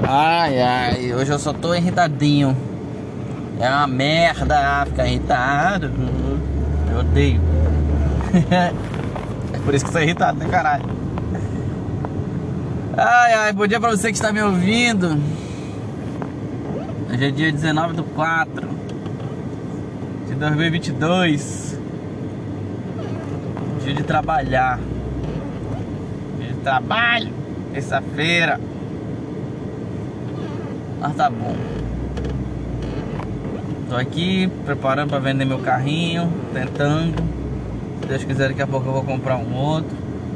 Ai, ai, hoje eu só tô irritadinho. É uma merda ficar irritado. Eu odeio. É por isso que eu sou irritado, né, caralho? Ai, ai, bom dia pra você que está me ouvindo. Hoje é dia 19/4 de 2022. Dia de trabalhar. Dia de trabalho. Terça-feira. Mas tá bom. Tô aqui preparando para vender meu carrinho, tentando. Se Deus quiser, daqui a pouco eu vou comprar um outro.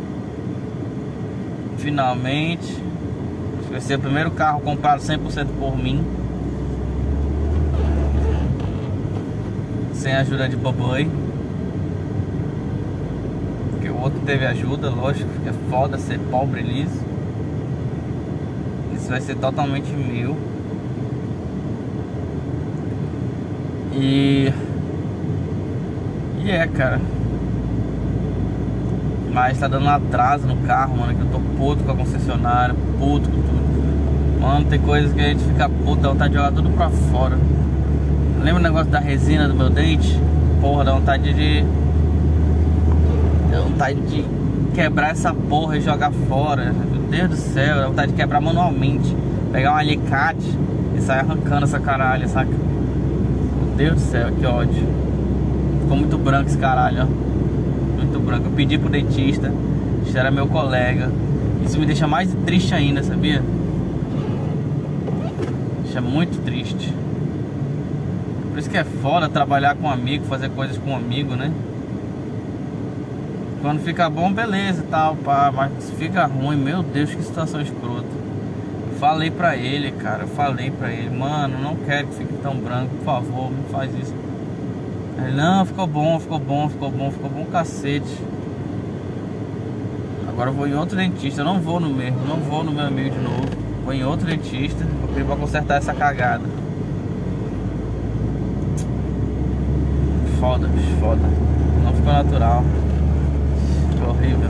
Finalmente. Acho que vai ser o primeiro carro comprado 100% por mim, sem ajuda de papai. Porque o outro teve ajuda, lógico. É foda ser pobre liso. Isso vai ser totalmente meu. E cara. Mas tá dando um atraso no carro, mano, que eu tô puto com a concessionária, puto com tudo. Mano, tem coisas que a gente fica puto, dá vontade de jogar tudo pra fora. Lembra o negócio da resina do meu dente? Porra, dá vontade de quebrar essa porra e jogar fora. Meu Deus do céu, dá vontade de quebrar manualmente. Pegar um alicate e sair arrancando essa caralho, saca? Meu Deus do céu, que ódio. Ficou muito branco esse caralho, ó. Muito branco. Eu pedi pro dentista, este era meu colega. Isso me deixa mais triste ainda, sabia? Deixa muito triste. Por isso que é foda trabalhar com um amigo, fazer coisas com um amigo, né? Quando fica bom, beleza e tal, pá. Mas se fica ruim, meu Deus, que situação escrota. Falei pra ele, cara, mano, não quero que fique tão branco, por favor, não faz isso. Ele, não, ficou bom cacete. Agora eu vou em outro dentista, eu não vou no mesmo, não vou no meu amigo de novo. Vou em outro dentista, vou pedir pra consertar essa cagada. Foda, bicho, foda. Não ficou natural. Ficou horrível.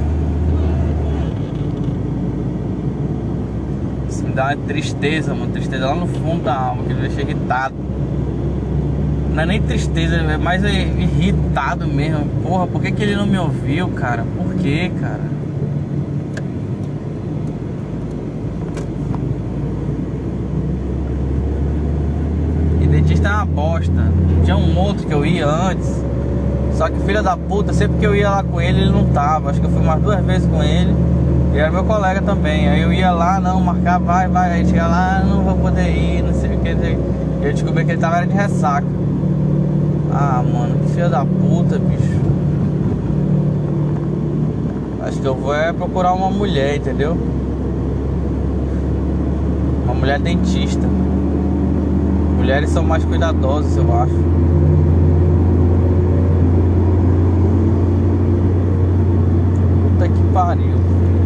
Isso me dá uma tristeza, mano, tristeza lá no fundo da alma, que me deixa irritado. Não é nem tristeza, é mais irritado mesmo. Porra, por que ele não me ouviu, cara? Por que, cara? E dentista é uma bosta. Tinha um outro que eu ia antes. Só que filha da puta, sempre que eu ia lá com ele não tava. Acho que eu fui umas 2 vezes com ele. E era meu colega também. Aí eu ia lá, não, marcar, vai. Aí chega lá, não vou poder ir, não sei o que. Eu descobri que ele tava era de ressaca. Ah, mano, que filha da puta, bicho. Acho que eu vou procurar uma mulher, entendeu? Uma mulher dentista. Mulheres são mais cuidadosas, eu acho. Puta que pariu.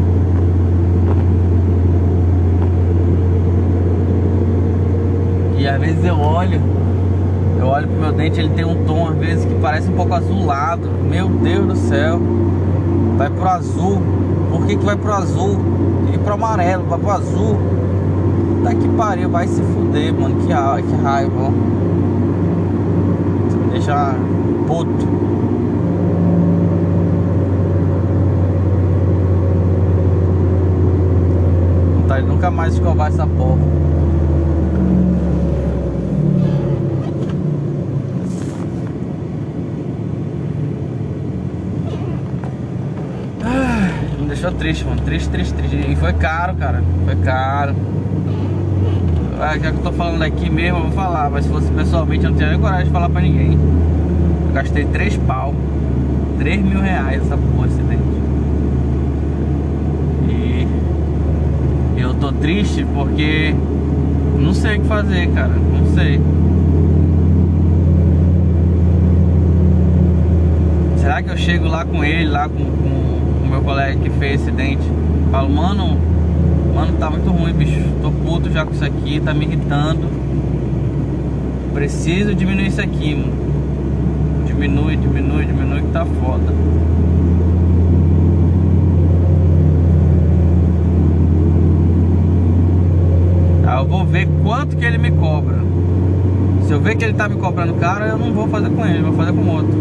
E às vezes eu olho pro meu dente, ele tem um tom às vezes que parece um pouco azulado. Meu Deus do céu. Vai pro azul. Por que vai pro azul? E pro amarelo, vai pro azul. Tá que pariu, vai se fuder, mano. Que raiva, ó. Você me deixa puto. Vontade de nunca mais escovar essa porra. Deixou triste, mano, triste. E foi caro, cara, foi caro. Já que eu tô falando aqui mesmo, eu vou falar. Mas se fosse pessoalmente, eu não tinha nem coragem de falar pra ninguém. Eu gastei 3 pau, 3 mil reais essa porra, esse dente. E eu tô triste porque não sei o que fazer, cara, não sei. Será que eu chego lá com ele, lá com meu colega que fez esse dente? Falo, mano, tá muito ruim, bicho. Tô puto já com isso aqui, tá me irritando. Preciso diminuir isso aqui, mano. Diminui que tá foda. vou ver quanto que ele me cobra. Se eu ver que ele tá me cobrando caro, eu não vou fazer com ele, vou fazer com outro.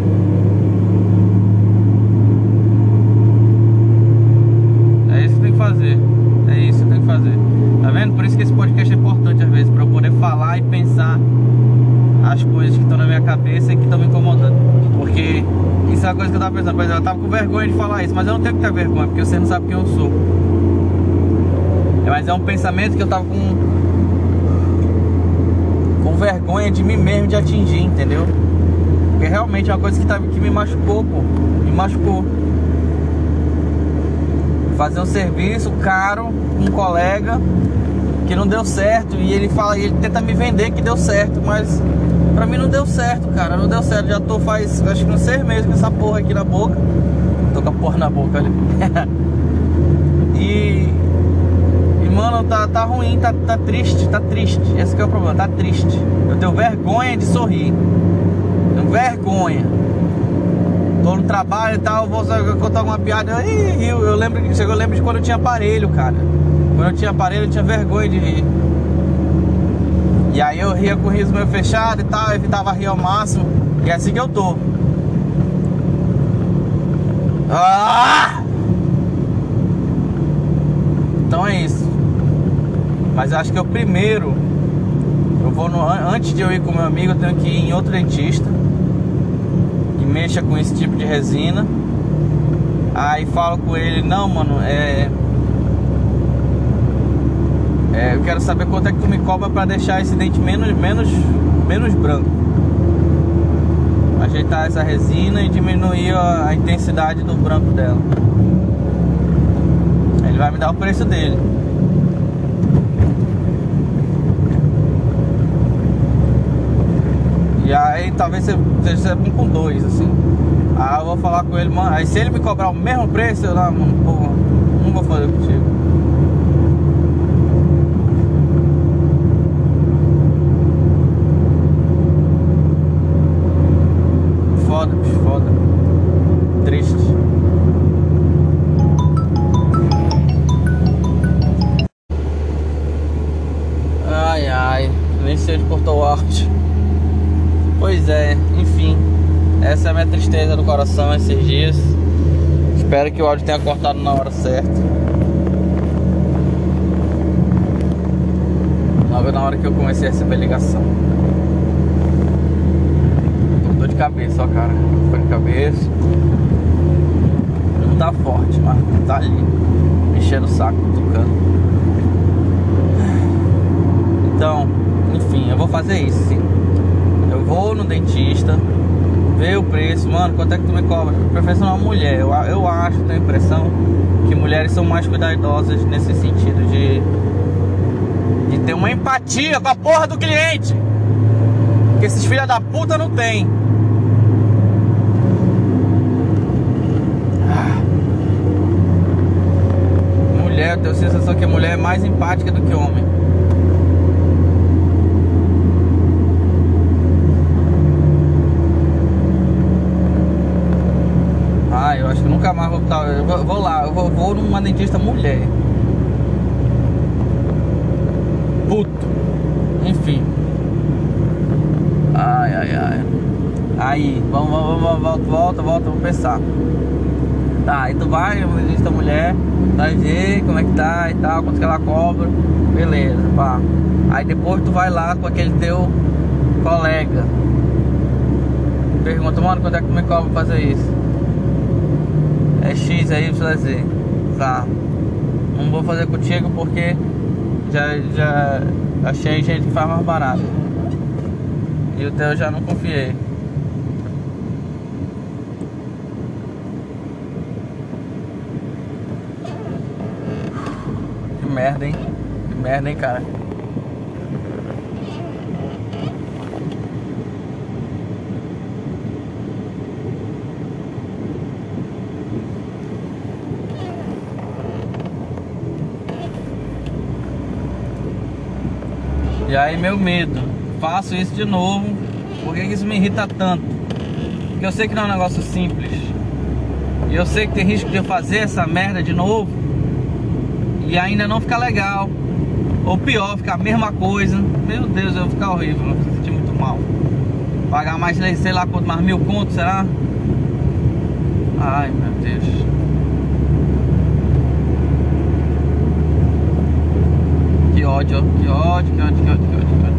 É isso que tem que fazer. É isso que tem que fazer. Tá vendo? Por isso que esse podcast é importante às vezes, pra eu poder falar e pensar as coisas que estão na minha cabeça e que estão me incomodando. Porque isso é uma coisa que eu tava pensando. Por exemplo, eu tava com vergonha de falar isso, mas eu não tenho que ter vergonha, porque você não sabe quem eu sou. Mas é um pensamento que eu tava com vergonha de mim mesmo de atingir, entendeu? Porque realmente é uma coisa que me machucou, pô. Me machucou. Fazer um serviço caro com um colega que não deu certo, e ele tenta me vender que deu certo, mas pra mim não deu certo, cara. Não deu certo. Já tô faz acho que uns 6 meses com essa porra aqui na boca. Tô com a porra na boca ali. Mano, tá ruim, tá triste, tá triste. Esse que é o problema, tá triste. Eu tenho vergonha de sorrir. Tenho vergonha. Tô no trabalho e tal, vou contar alguma piada. Eu lembro de quando eu tinha aparelho, cara. Quando eu tinha aparelho, eu tinha vergonha de rir. E aí eu ria com o riso meio fechado e tal, evitava rir ao máximo. E é assim que eu tô. Então é isso. Mas acho que antes de eu ir com meu amigo, eu tenho que ir em outro dentista que mexa com esse tipo de resina. Aí falo com ele, não, mano, eu quero saber quanto é que tu me cobra pra deixar esse dente menos branco. Ajeitar essa resina e diminuir a intensidade do branco dela. Ele vai me dar o preço dele. E aí talvez seja um com 2, assim. Aí eu vou falar com ele, mano. Aí se ele me cobrar o mesmo preço, eu mano, porra, não vou fazer contigo. Foda, bicho, foda. Triste. Ai, nem sei onde cortou o áudio. Pois é, enfim. Essa é a minha tristeza do coração esses dias. Espero que o áudio tenha cortado na hora certa. Logo na hora que eu comecei a receber ligação. Tô com dor de cabeça, ó, cara. Dor de cabeça. Não tá forte, mas tá ali. Enchendo o saco, tocando. Então, enfim, eu vou fazer isso, sim. Eu vou no dentista, ver o preço, mano, quanto é que tu me cobra? Preferência uma mulher, eu acho, tenho a impressão que mulheres são mais cuidadosas nesse sentido de ter uma empatia com a porra do cliente, que esses filha da puta não tem. Mulher, eu tenho a sensação que a mulher é mais empática do que homem. Eu acho que nunca mais vou numa dentista mulher. Puto. Enfim. Ai. Aí, volta, vamos pensar. Tá, aí tu vai numa dentista mulher, vai ver como é que tá e tal, quanto que ela cobra. Beleza, pá. Aí depois tu vai lá com aquele teu colega. Pergunta, mano, quanto é que tu me cobra pra fazer isso? É X aí, YZ. Tá. Não vou fazer contigo porque já achei gente que faz mais barato. E o teu eu já não confiei. Que merda, hein? Que merda, hein, cara? E aí meu medo, faço isso de novo. Por que isso me irrita tanto? Porque eu sei que não é um negócio simples. E eu sei que tem risco de eu fazer essa merda de novo e ainda não ficar legal. Ou pior, ficar a mesma coisa. Meu Deus, eu vou ficar horrível, eu vou me sentir muito mal. Pagar mais, sei lá quanto, mais 1000 contos, será? Ai, meu Deus. Que ódio, ó. Que ódio, que ódio, que ódio, que ódio, que ódio.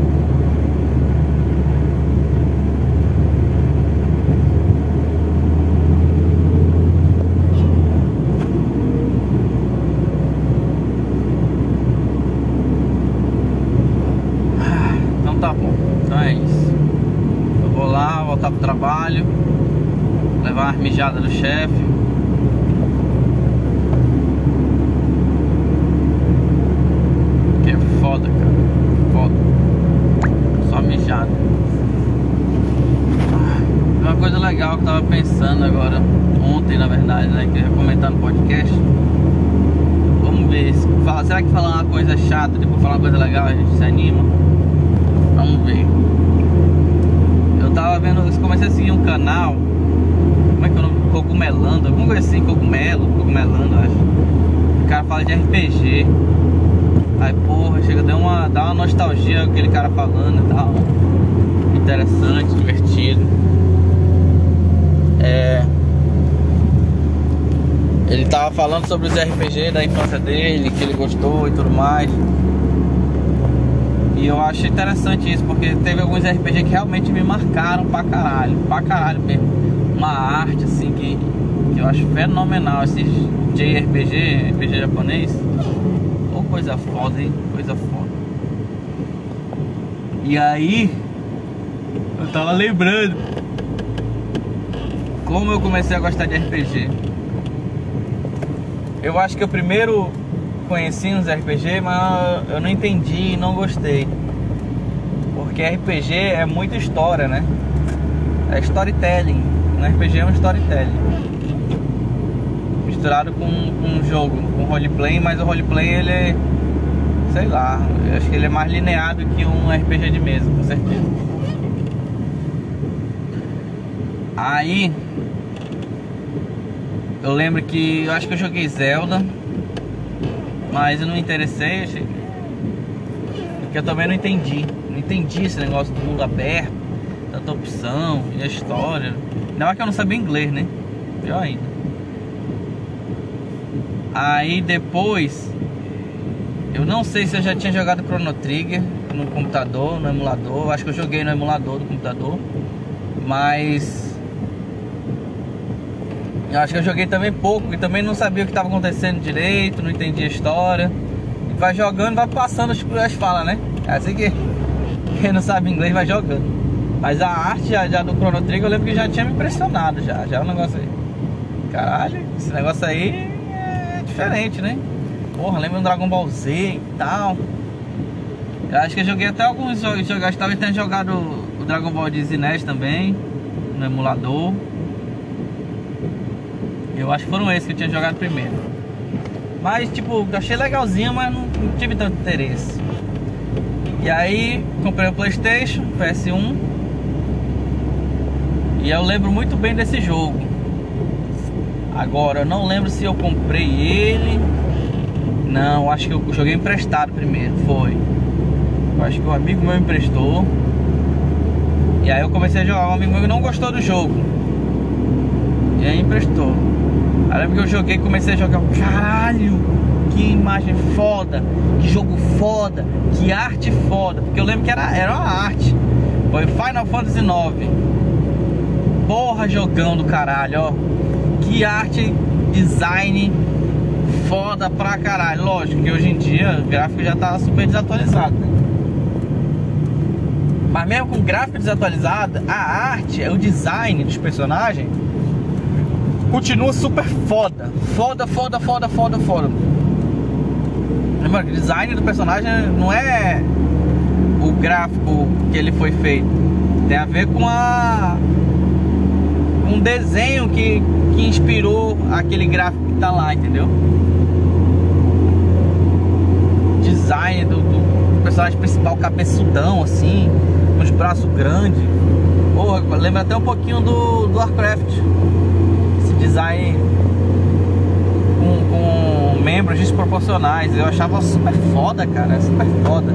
Então tá bom, então é isso. Eu vou lá, voltar pro trabalho, levar uma mijada do chefe. Que é foda, cara. Foda. Só mijada. Uma coisa legal que eu tava pensando agora, ontem na verdade, né? Que eu ia comentar no podcast. Vamos ver. Será que falar uma coisa chata, depois falar uma coisa legal, a gente se anima? Vamos ver. Eu tava vendo, eu comecei a seguir um canal. Como é que é o nome? Cogumelando, alguma coisa assim, Cogumelando, acho. O cara fala de RPG. Aí, porra, chega, dá uma nostalgia aquele cara falando e tal. Interessante, divertido. Ele tava falando sobre os RPG da infância dele, que ele gostou e tudo mais. E eu acho interessante isso, porque teve alguns RPG que realmente me marcaram pra caralho mesmo. Uma arte assim que eu acho fenomenal. Esses JRPG, RPG japonês. Ô, coisa foda, hein? Coisa foda. E aí, eu tava lembrando como eu comecei a gostar de RPG. Eu acho que eu primeiro conheci uns RPG, mas eu não entendi e não gostei. Porque RPG é muita história, né? É storytelling. Um RPG é um storytelling misturado com um jogo, com roleplay, mas o roleplay ele é, sei lá, eu acho que ele é mais lineado que um RPG de mesa, com certeza. Aí eu lembro que eu acho que eu joguei Zelda, mas eu não me interessei, achei, porque eu também não entendi esse negócio do mundo aberto, tanta opção e a história. Ainda mais que eu não sabia inglês, né? Pior ainda. Aí depois, eu não sei se eu já tinha jogado Chrono Trigger no computador, no emulador. Acho que eu joguei no emulador do computador, mas eu acho que eu joguei também pouco, e também não sabia o que estava acontecendo direito, não entendia a história. E vai jogando, vai passando as falas, né? É assim que quem não sabe inglês vai jogando. Mas a arte já do Chrono Trigger eu lembro que já tinha me impressionado, já é um negócio aí. Caralho, esse negócio aí é diferente, né? Porra, lembra do Dragon Ball Z e tal. Eu acho que eu joguei até alguns jogos, talvez tenha jogado o Dragon Ball de ZNES também, no emulador. Eu acho que foram esses que eu tinha jogado primeiro. Mas tipo, eu achei legalzinho, mas não tive tanto interesse. E aí, comprei o PlayStation, PS1. E eu lembro muito bem desse jogo. Agora, eu não lembro se eu comprei ele. Não, acho que eu joguei emprestado primeiro, foi. Eu acho que um amigo meu emprestou. E aí eu comecei a jogar, um amigo meu não gostou do jogo. E aí emprestou. Aí eu lembro que eu joguei, comecei a jogar. Caralho, que imagem foda, que jogo foda, que arte foda. Porque eu lembro que era uma arte. Foi Final Fantasy IX. Porra, jogão do caralho, ó. Que arte, design foda pra caralho. Lógico que hoje em dia o gráfico já tá super desatualizado, né? Mas mesmo com o gráfico desatualizado, a arte, o design dos personagens continua super foda. Foda. Lembra que o design do personagem não é o gráfico que ele foi feito. Tem a ver com um desenho que inspirou aquele gráfico que tá lá, entendeu? Design do personagem principal, cabeçudão assim, com os braços grandes. Porra, lembra até um pouquinho do Warcraft. Esse design com membros desproporcionais. Eu achava super foda, cara, super foda.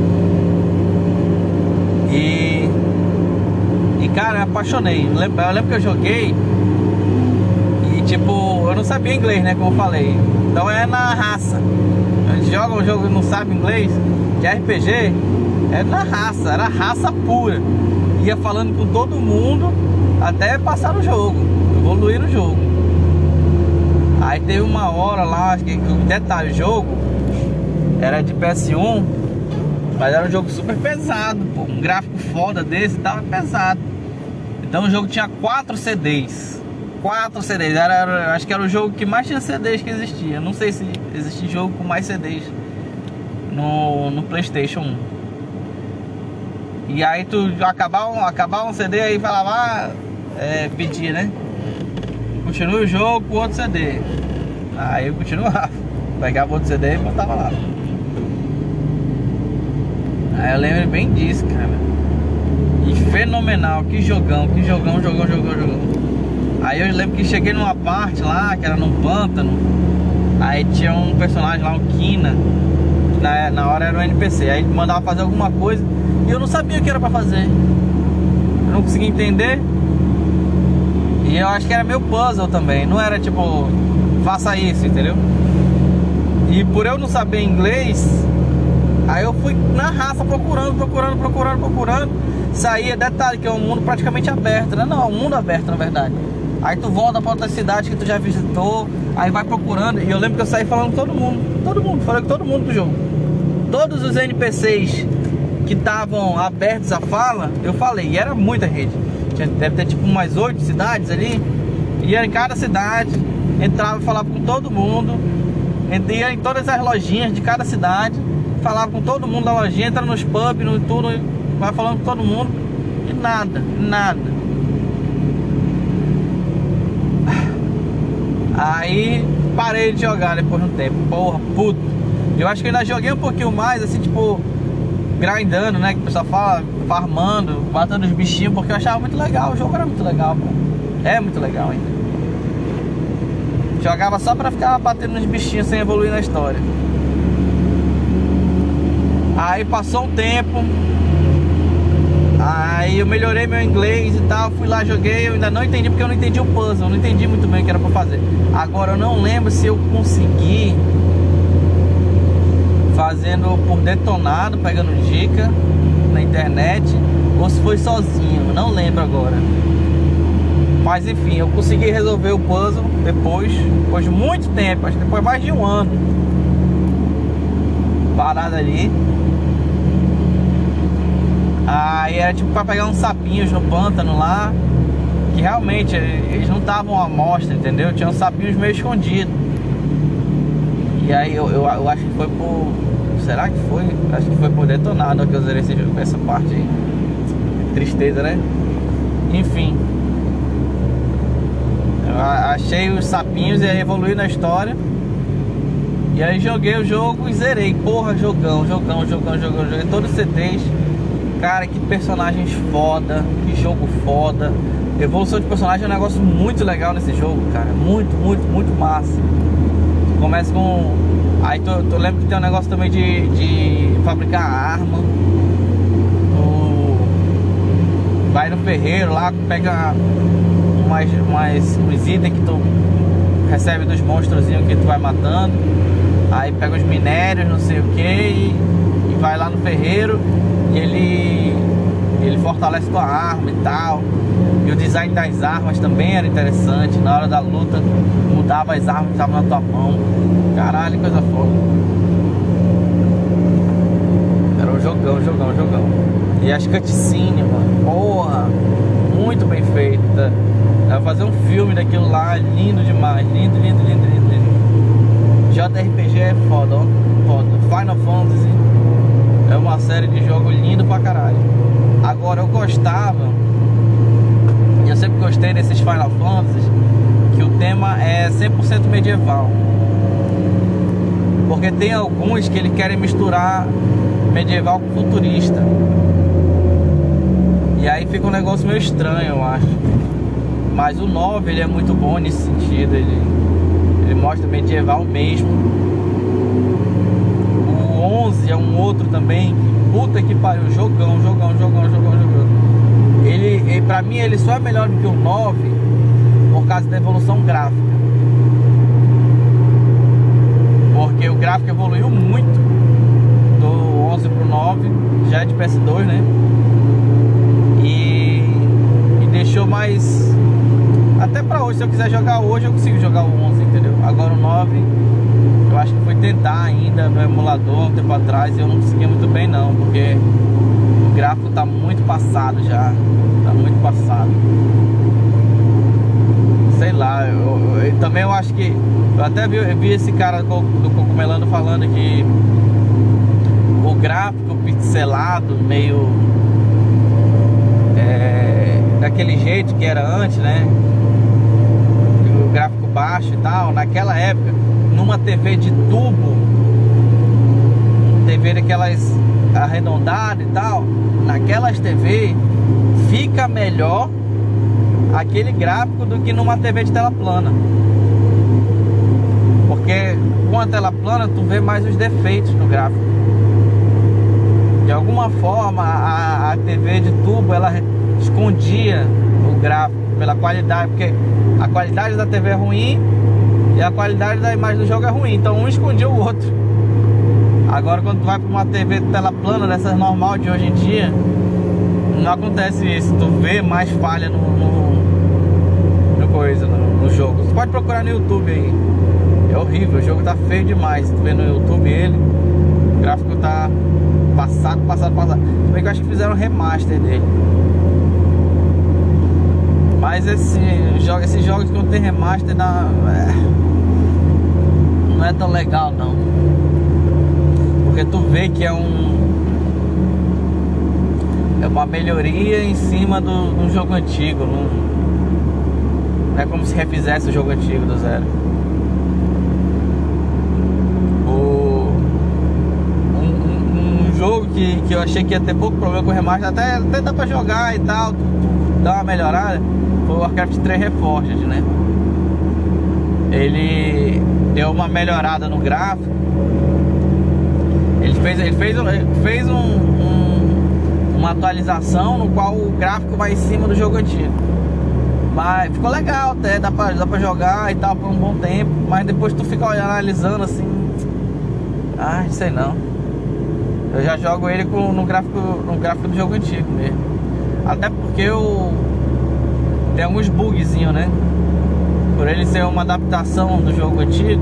E cara, eu me apaixonei. Eu lembro que eu joguei e tipo, eu não sabia inglês, né, como eu falei. Então é na raça. A gente joga um jogo e não sabe inglês, de RPG, é na raça, era raça pura. Ia falando com todo mundo até passar no jogo, evoluir no jogo. Aí teve uma hora lá, acho que o detalhe, o jogo era de PS1, mas era um jogo super pesado, pô. Um gráfico foda desse tava pesado. Então o jogo tinha 4 CDs. 4 CDs, acho que era o jogo que mais tinha CDs que existia. Não sei se existe jogo com mais CDs no PlayStation 1. E aí tu acabava um CD, aí falava, pedia, né? Continua o jogo com outro CD. Aí eu continuava, pegava outro CD e botava lá. Aí eu lembro bem disso, cara. E fenomenal, que jogão. Aí eu lembro que cheguei numa parte lá, que era num pântano. Aí tinha um personagem lá, um Kina, que na hora era um NPC. Aí ele mandava fazer alguma coisa e eu não sabia o que era pra fazer. Eu não conseguia entender. E eu acho que era meio puzzle também. Não era tipo, faça isso, entendeu? E por eu não saber inglês, aí eu fui na raça procurando. Saía, detalhe que é um mundo praticamente aberto, né? Não, é um mundo aberto na verdade. Aí tu volta pra outra cidade que tu já visitou, aí vai procurando. E eu lembro que eu saí falando com todo mundo, falei com todo mundo do jogo. Todos os NPCs que estavam abertos à fala, eu falei, e era muita gente. Deve ter tipo umas 8 cidades ali. Ia em cada cidade, entrava e falava com todo mundo. Ia em todas as lojinhas de cada cidade, falava com todo mundo da lojinha, entra nos pubs, no tudo, vai falando com todo mundo. E nada. Aí parei de jogar depois de um tempo. Porra, puto. Eu acho que ainda joguei um pouquinho mais, assim, tipo, grindando, né? Que o pessoal fala, farmando, matando os bichinhos, porque eu achava muito legal. O jogo era muito legal, pô. É muito legal ainda. Jogava só pra ficar batendo nos bichinhos sem evoluir na história. Aí passou um tempo. Aí eu melhorei meu inglês e tal, fui lá, joguei, eu ainda não entendi porque eu não entendi o puzzle, eu não entendi muito bem o que era pra fazer. Agora eu não lembro se eu consegui fazendo por detonado, pegando dica na internet, ou se foi sozinho, não lembro agora. Mas enfim, eu consegui resolver o puzzle depois de muito tempo, acho que depois de mais de um ano parado ali. Aí era tipo pra pegar uns sapinhos no pântano lá, que realmente eles não estavam à mostra, entendeu? Tinha uns sapinhos meio escondidos. E aí eu acho que foi por... Será que foi? Acho que foi por detonado que eu zerei essa parte aí. Tristeza, né? Enfim, eu achei os sapinhos e aí evoluí na história. E aí joguei o jogo e zerei. Porra, jogão. Joguei todos os CDs. Cara, que personagens foda, que jogo foda. Evolução de personagem é um negócio muito legal nesse jogo, cara. Muito massa. Começa com... Aí tu lembra que tem um negócio também de fabricar arma. Vai no ferreiro lá, pega uns itens que tu recebe dos monstrozinhos que tu vai matando. Aí pega os minérios, não sei o que, e vai lá no ferreiro. E ele fortalece tua arma e tal. E o design das armas também era interessante. Na hora da luta mudava as armas que estavam na tua mão. Caralho, coisa foda. Era um jogão. E as cutscenes, mano, porra, muito bem feita. Dá pra fazer um filme daquilo lá, lindo demais. Lindo. JRPG é foda, ó. Foda. Final Fantasy é uma série de jogo lindo pra caralho. Agora eu sempre gostei desses Final Fantasy, que o tema é 100% medieval. Porque tem alguns que eles querem misturar medieval com futurista. E aí fica um negócio meio estranho, eu acho. Mas o 9 ele é muito bom nesse sentido. Ele mostra medieval mesmo. O 11 é um outro também. Puta que pariu, jogão. Ele, pra mim, ele só é melhor do que o 9 por causa da evolução gráfica. Porque o gráfico evoluiu muito do 11 pro 9, já é de PS2, né? E deixou mais... Até pra hoje, se eu quiser jogar hoje, eu consigo jogar o 11, entendeu? Agora o 9, eu acho que fui tentar ainda no emulador um tempo atrás e eu não consegui muito bem não, porque o gráfico tá muito passado já. Tá muito passado. Sei lá, também eu acho que... Eu até vi esse cara do Cocomelando falando que o gráfico pixelado, meio... daquele jeito que era antes, né? O gráfico baixo e tal, naquela época, numa TV de tubo, TV daquelas arredondadas e tal, naquelas TV fica melhor aquele gráfico do que numa TV de tela plana. Porque com a tela plana tu vê mais os defeitos no gráfico. De alguma forma a TV de tubo ela escondia o gráfico pela qualidade, porque a qualidade da TV é ruim e a qualidade da imagem do jogo é ruim, então um escondia o outro. Agora quando tu vai para uma TV de tela plana dessas normal de hoje em dia, não acontece isso, tu vê mais falha no jogo. Você pode procurar no YouTube aí, é horrível, o jogo tá feio demais. Tu vê no YouTube ele, o gráfico tá passado. Se bem que eu acho que fizeram um remaster dele. Mas esses jogos que não tem remaster não é tão legal não. Porque tu vê que é uma melhoria em cima do jogo antigo. Não é como se refizesse o jogo antigo do zero. Um jogo que eu achei que ia ter pouco problema com o remaster, até dá pra jogar e tal, dá uma melhorada, foi o Warcraft 3 Reforged, né? Ele deu uma melhorada no gráfico. Ele fez uma atualização no qual o gráfico vai em cima do jogo antigo. Mas ficou legal até, dá pra jogar e tal por um bom tempo. Mas depois tu fica analisando assim, não sei não. Eu já jogo ele no gráfico do jogo antigo mesmo. Até porque tem alguns bugzinhos, né? Por ele ser uma adaptação do jogo antigo,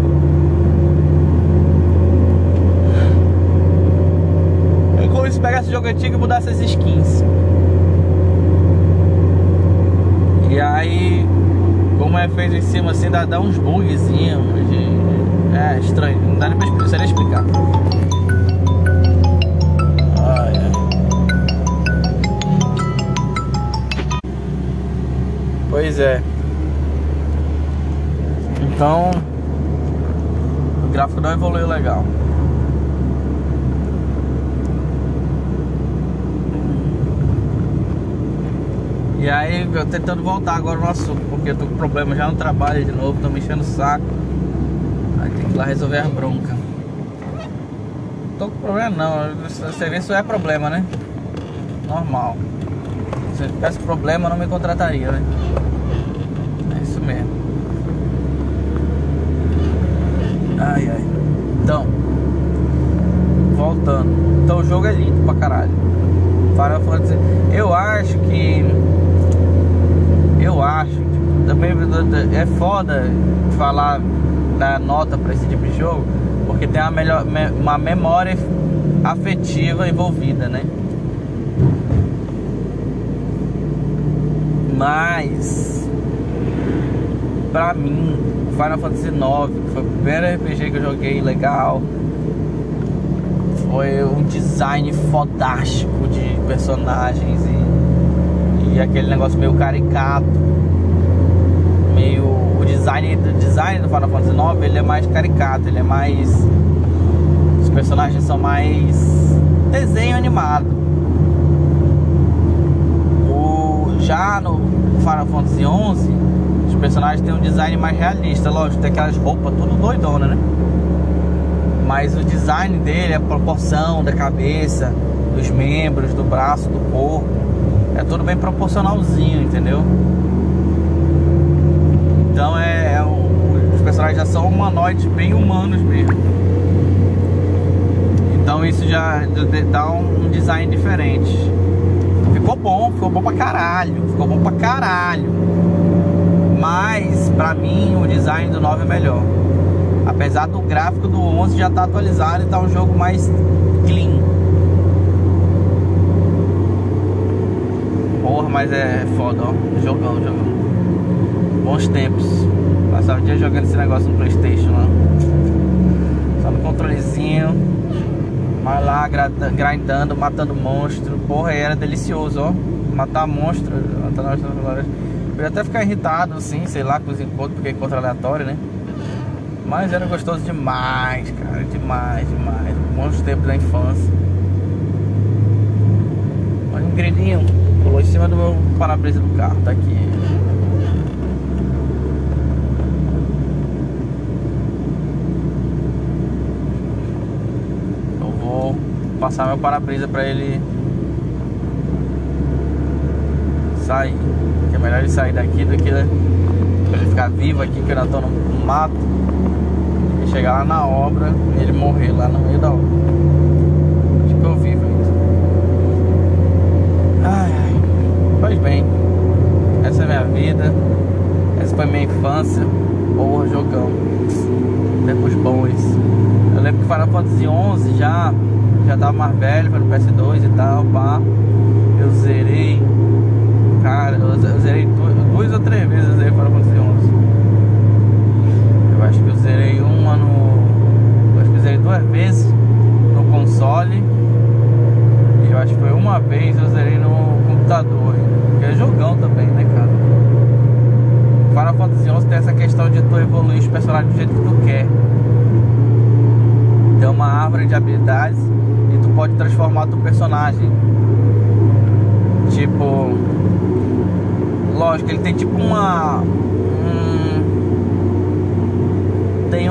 é como se pegasse o jogo antigo e mudasse as skins. E aí, como é feito em cima assim, dá uns bugzinhos. É estranho, não dá nem pra explicar. Pois é. Então o gráfico não evoluiu legal. E aí eu tentando voltar agora no assunto, porque eu tô com problema já no trabalho de novo, tô me enchendo o saco. Aí tem que ir lá resolver a bronca. Não tô com problema não, você vê se é problema, né? Normal. Se eu tivesse problema eu não me contrataria, né? É isso mesmo. Então, voltando. Então o jogo é lindo pra caralho. Final Fantasy. Eu acho também é foda falar da nota pra esse tipo de jogo, porque tem uma memória afetiva envolvida, né? Mas pra mim, Final Fantasy IX, que foi o primeiro RPG que eu joguei legal, foi um design fodástico de personagens e aquele negócio meio caricato, o design do Final Fantasy IX, ele é mais caricato, ele é mais, os personagens são mais desenho animado. Já no Final Fantasy XI, os Os personagens têm um design mais realista, lógico, tem aquelas roupas tudo doidona, né? Mas o design dele, a proporção da cabeça, dos membros, do braço, do corpo, é tudo bem proporcionalzinho, entendeu? Então os personagens já são humanoides, bem humanos mesmo. Então isso já dá um design diferente. Ficou bom pra caralho. Ficou bom pra caralho. Mas pra mim o design do 9 é melhor. Apesar do gráfico do 11 já tá atualizado e tá um jogo mais clean. Porra, mas é foda, ó. Jogão. Bons tempos. Passava o dia jogando esse negócio no PlayStation lá. Só no controlezinho. Mas lá grindando, matando monstro. Porra, aí era delicioso, ó. Matar monstro. Podia até ficar irritado, assim, sei lá, com os encontros, porque é encontro aleatório, né? Mas era gostoso demais, cara. Demais. Bons tempos da infância. Olha um grilinho. Pulou em cima do meu para-brisa do carro. Tá aqui. Eu vou passar meu para-brisa pra ele sair. Que é melhor ele sair daqui do que pra ele ficar vivo aqui, que eu ainda tô no mato. E chegar lá na obra e ele morrer lá no meio da obra. Acho que eu vivo ainda. Ai. Pois bem, essa é a minha vida. Essa foi a minha infância. Porra, jogão. Tempos bons. Eu lembro que Final Fantasy 11 já tava mais velho, foi no PS2 e tal, pá. Eu zerei. Cara, eu zerei duas ou três vezes. Eu zerei Final Fantasy 11. Eu acho que eu zerei acho que eu zerei duas vezes no console. E eu acho que foi uma vez eu zerei no computador. Que é jogão também, né, cara? Final Fantasy 11 tem essa questão de tu evoluir os personagens do jeito que tu quer. Tem uma árvore de habilidades e tu pode transformar teu personagem. Tipo, lógico, ele tem tipo tem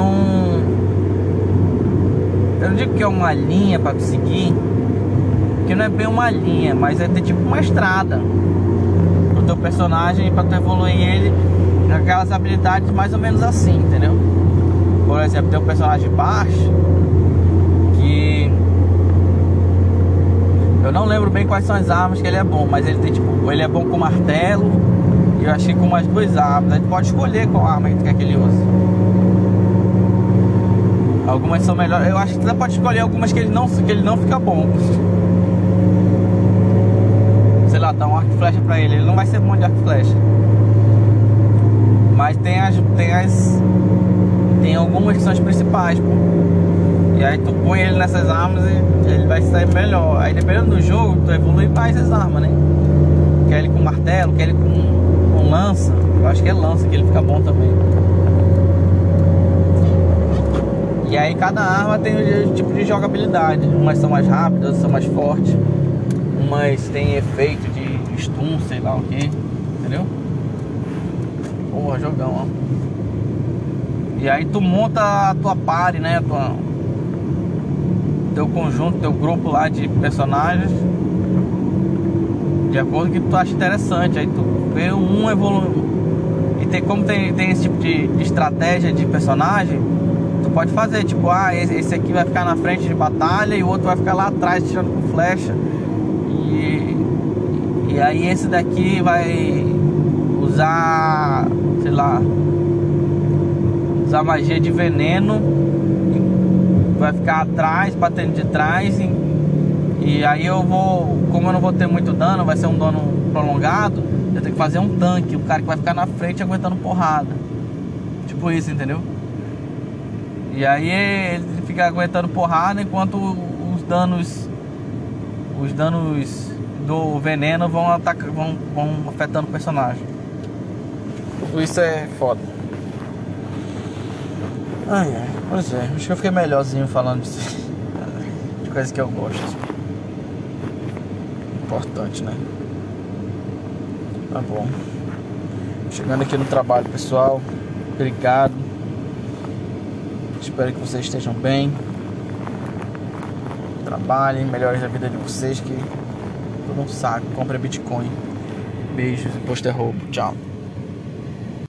eu não digo que é uma linha pra tu seguir, que não é bem uma linha, mas é ter tipo uma estrada pro teu personagem pra tu evoluir ele aquelas habilidades mais ou menos assim, entendeu? Por exemplo, tem um personagem baixo que eu não lembro bem quais são as armas que ele é bom, mas ele tem tipo, ele é bom com martelo e eu achei com umas duas armas. A gente pode escolher qual arma que tu quer que ele use. Algumas são melhores. Eu acho que você pode escolher algumas que ele não fica bom. Sei lá, dá um arco e flecha pra ele. Ele não vai ser bom de arco e flecha. Mas tem algumas que são as principais, pô. E aí tu põe ele nessas armas e ele vai sair melhor. Aí dependendo do jogo, tu evolui mais as armas, né? Quer ele com martelo, quer ele com lança. Eu acho que é lança que ele fica bom também. E aí cada arma tem um tipo de jogabilidade. Umas são mais rápidas, outras são mais fortes. Umas tem efeito de stun, sei lá o que. Entendeu? Porra, jogão, ó. E aí tu monta a tua party, né? Teu conjunto, teu grupo lá de personagens de acordo com o que tu acha interessante. Aí tu vê um evoluindo. E como tem esse tipo de estratégia de personagem, tu pode fazer tipo, esse aqui vai ficar na frente de batalha e o outro vai ficar lá atrás tirando com flecha. E aí esse daqui vai usar, sei lá, usar magia de veneno, vai ficar atrás, batendo de trás. E aí como eu não vou ter muito dano, vai ser um dano prolongado, eu tenho que fazer um tanque, o cara que vai ficar na frente aguentando porrada. Tipo isso, entendeu? E aí ele fica aguentando porrada enquanto os danos do veneno vão afetando o personagem. Isso é foda. Pois é, acho que eu fiquei melhorzinho falando de coisas que eu gosto. Importante, né? Tá bom. Chegando aqui no trabalho, pessoal. Obrigado. Espero que vocês estejam bem. Trabalhem, melhores a vida de vocês, que tudo um saco. Compre Bitcoin. Beijos, imposto é roubo. Tchau.